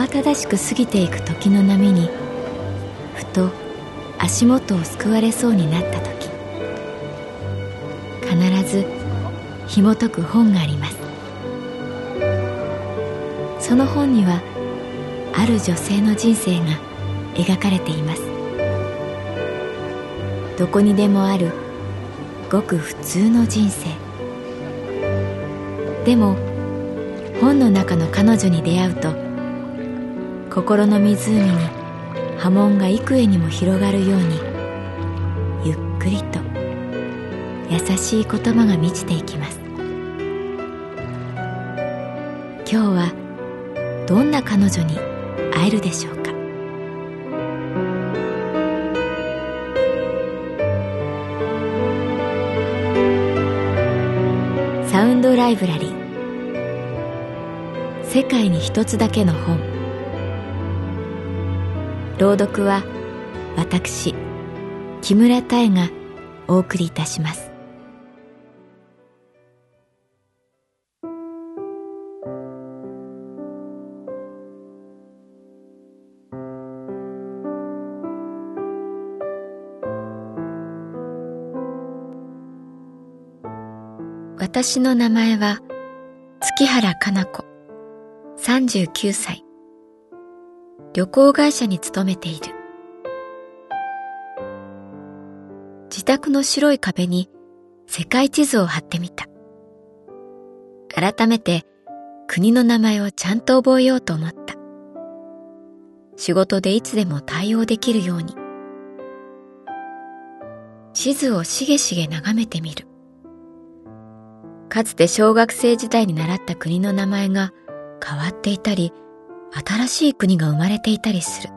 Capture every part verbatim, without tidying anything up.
慌ただしく過ぎていく時の波にふと足元をすくわれそうになった時、必ず紐解く本があります。その本にはある女性の人生が描かれています。どこにでもあるごく普通の人生。でも本の中の彼女に出会うと、心の湖に波紋が幾重にも広がるように、ゆっくりと優しい言葉が満ちていきます。今日はどんな彼女に会えるでしょうか。サウンドライブラリー、世界に一つだけの本。朗読は私木村多江がお送りいたします。私の名前は月原かな子、さんじゅうきゅうさい。旅行会社に勤めている。自宅の白い壁に世界地図を貼ってみた。改めて国の名前をちゃんと覚えようと思った。仕事でいつでも対応できるように。地図をしげしげ眺めてみる。かつて小学生時代に習った国の名前が変わっていたり、新しい国が生まれていたりする。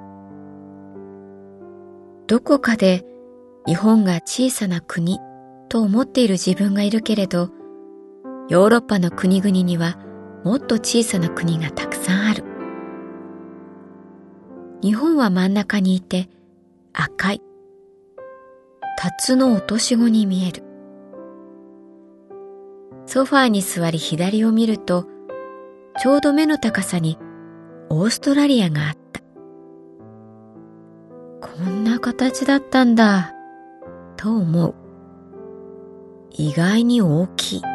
どこかで日本が小さな国と思っている自分がいるけれど、ヨーロッパの国々にはもっと小さな国がたくさんある。日本は真ん中にいて赤い、辰の落とし子に見える。ソファーに座り左を見ると、ちょうど目の高さにオーストラリアがあった。こんな形だったんだ、と思う。意外に大きい。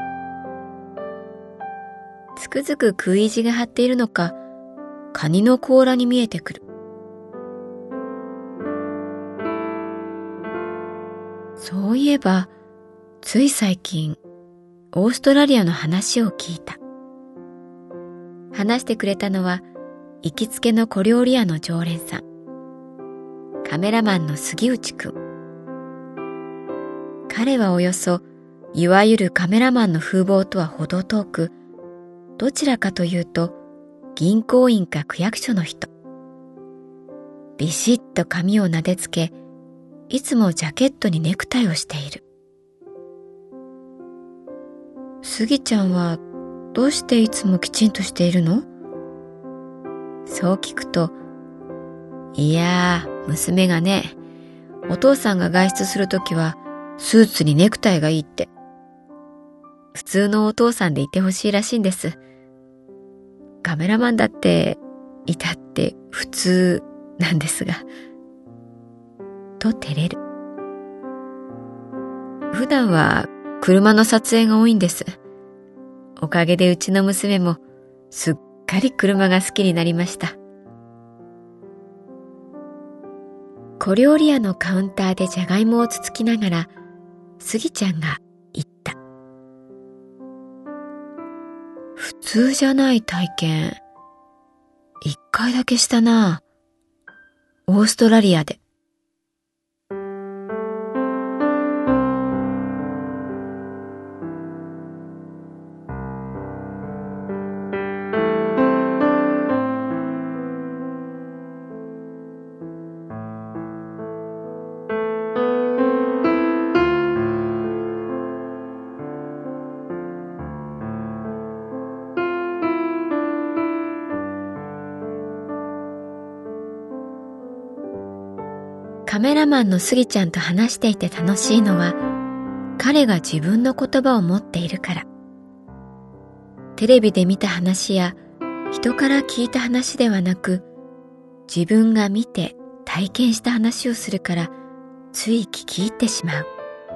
つくづく食い意地が張っているのか、カニの甲羅に見えてくる。そういえば、つい最近、オーストラリアの話を聞いた。話してくれたのは、行きつけの小料理屋の常連さん、カメラマンの杉内くん。彼はおよそいわゆるカメラマンの風貌とは程遠く、どちらかというと銀行員か区役所の人。ビシッと髪をなでつけ、いつもジャケットにネクタイをしている。杉ちゃんはどうしていつもきちんとしているの？そう聞くと、いやー、娘がね、お父さんが外出するときはスーツにネクタイがいいって。普通のお父さんでいてほしいらしいんです。カメラマンだっていたって普通なんですが。と照れる。普段は車の撮影が多いんです。おかげでうちの娘もすっかり車が好きになりました。小料理屋のカウンターでじゃがいもをつつきながら、杉ちゃんが言った。普通じゃない体験、一回だけしたな。オーストラリアで。カメラマンの杉ちゃんと話していて楽しいのは、彼が自分の言葉を持っているから。テレビで見た話や人から聞いた話ではなく、自分が見て体験した話をするから、つい聞き入ってしまう。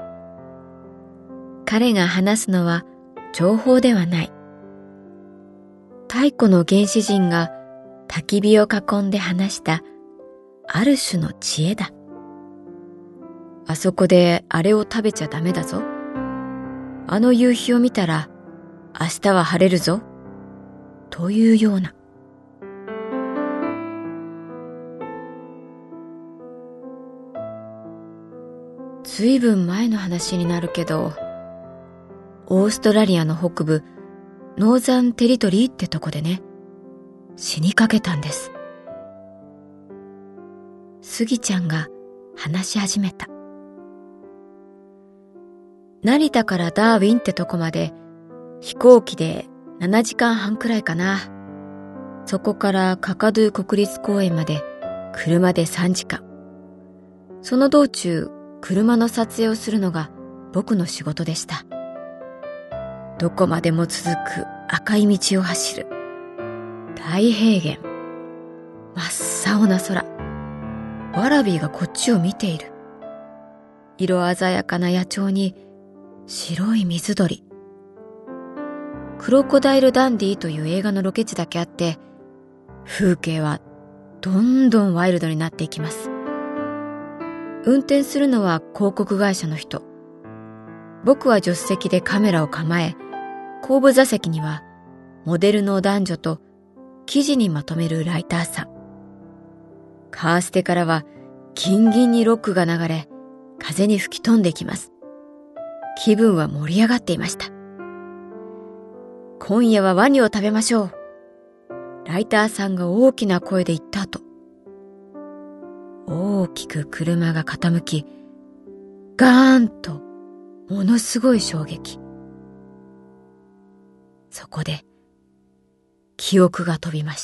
彼が話すのは情報ではない。太古の原始人が焚き火を囲んで話したある種の知恵だ。あそこであれを食べちゃダメだぞ。あの夕日を見たら明日は晴れるぞ。というような。ずいぶん前の話になるけど、オーストラリアの北部、ノーザンテリトリーってとこでね、死にかけたんです。スギちゃんが話し始めた。成田からダーウィンってとこまで飛行機でななじかんはんくらいかな。そこからカカドゥ国立公園まで車でさんじかん。その道中、車の撮影をするのが僕の仕事でした。どこまでも続く赤い道を走る。大平原。真っ青な空。ワラビーがこっちを見ている。色鮮やかな野鳥に白い水鳥。クロコダイルダンディという映画のロケ地だけあって、風景はどんどんワイルドになっていきます。運転するのは広告会社の人。僕は助手席でカメラを構え、後部座席にはモデルの男女と記事にまとめるライターさん。カーステからはギンギンにロックが流れ、風に吹き飛んできます。気分は盛り上がっていました。今夜はワニを食べましょう。ライターさんが大きな声で言った後、大きく車が傾き、ガーンとものすごい衝撃。そこで記憶が飛びました。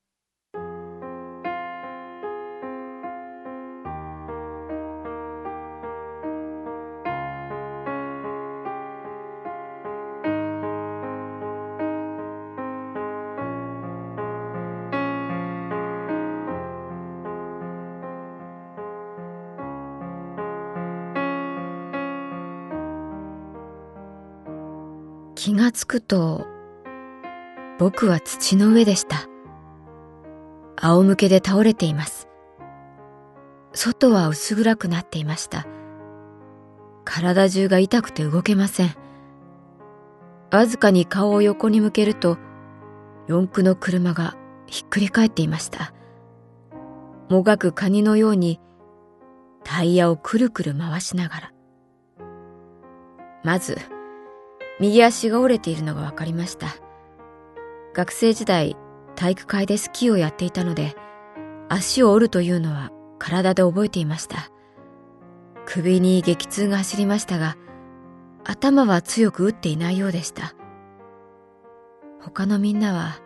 気がつくと、僕は土の上でした。仰向けで倒れています。外は薄暗くなっていました。体中が痛くて動けません。わずかに顔を横に向けると、四駆の車がひっくり返っていました。もがくカニのようにタイヤをくるくる回しながら。まず、右足が折れているのがわかりました。学生時代、体育会でスキーをやっていたので、足を折るというのは体で覚えていました。首に激痛が走りましたが、頭は強く打っていないようでした。他のみんなは、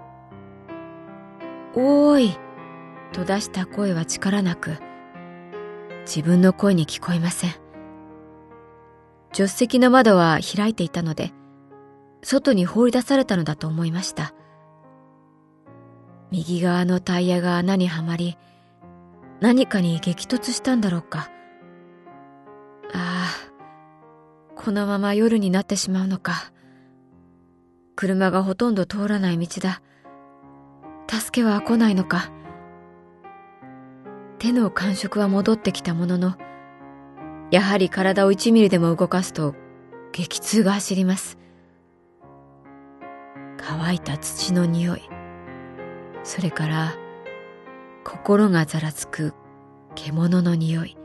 おーいと出した声は力なく、自分の声に聞こえません。助手席の窓は開いていたので、外に放り出されたのだと思いました。右側のタイヤが穴にはまり、何かに激突したんだろうか。ああ、このまま夜になってしまうのか。車がほとんど通らない道だ。助けは来ないのか。手の感触は戻ってきたものの、やはり体をいちミリでも動かすと激痛が走ります。乾いた土の匂い、それから心がざらつく獣の匂い。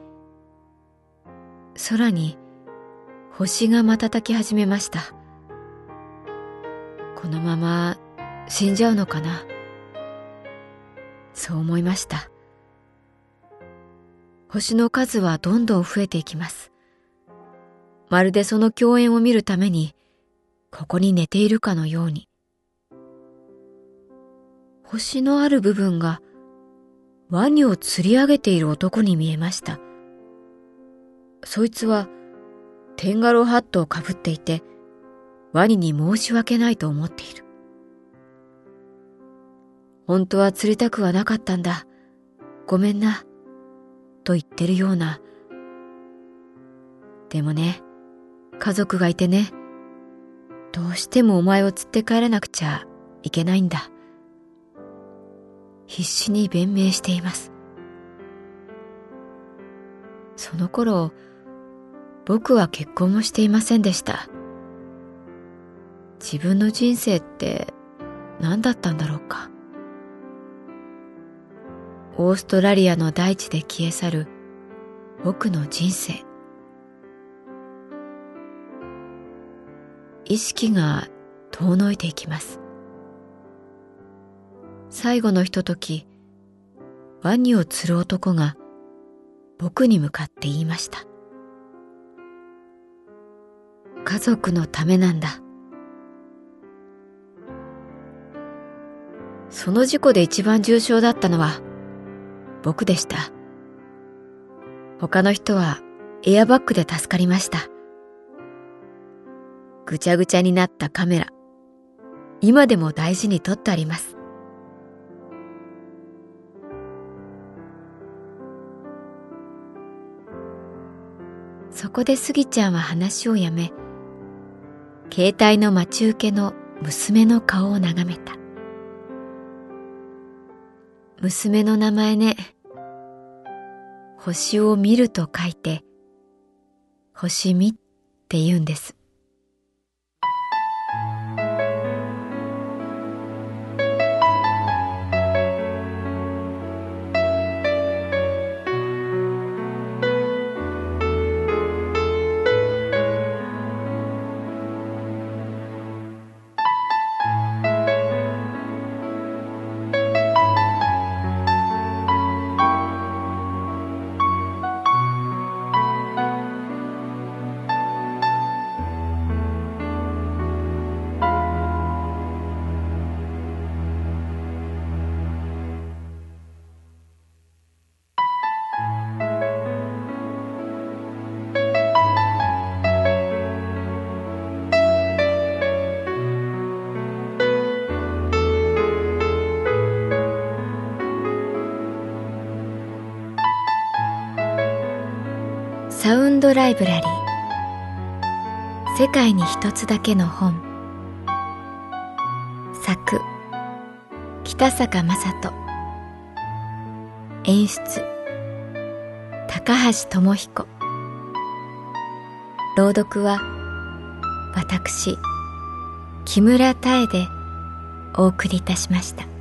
空に星が瞬き始めました。このまま死んじゃうのかな。そう思いました。星の数はどんどん増えていきます。まるでその共演を見るために、ここに寝ているかのように。星のある部分が、ワニを釣り上げている男に見えました。そいつは、テンガローハットをかぶっていて、ワニに申し訳ないと思っている。 本当は釣りたくはなかったんだ。ごめんな。と言ってるような。でもね、家族がいてね、どうしてもお前を釣って帰らなくちゃいけないんだ。必死に弁明しています。その頃、僕は結婚もしていませんでした。自分の人生って何だったんだろうか。オーストラリアの大地で消え去る僕の人生。意識が遠のいていきます。最後のひととき、ワニを釣る男が僕に向かって言いました。家族のためなんだ。その事故で一番重傷だったのは僕でした。他の人はエアバッグで助かりました。ぐちゃぐちゃになったカメラ、今でも大事に取ってあります。そこでスギちゃんは話をやめ、携帯の待ち受けの娘の顔を眺めた。娘の名前ね、星を見ると書いて、星見って言うんです。サウンドライブラリー、世界に一つだけの本。作、北坂雅人。演出、高橋智彦。朗読は私、木村多江でお送りいたしました。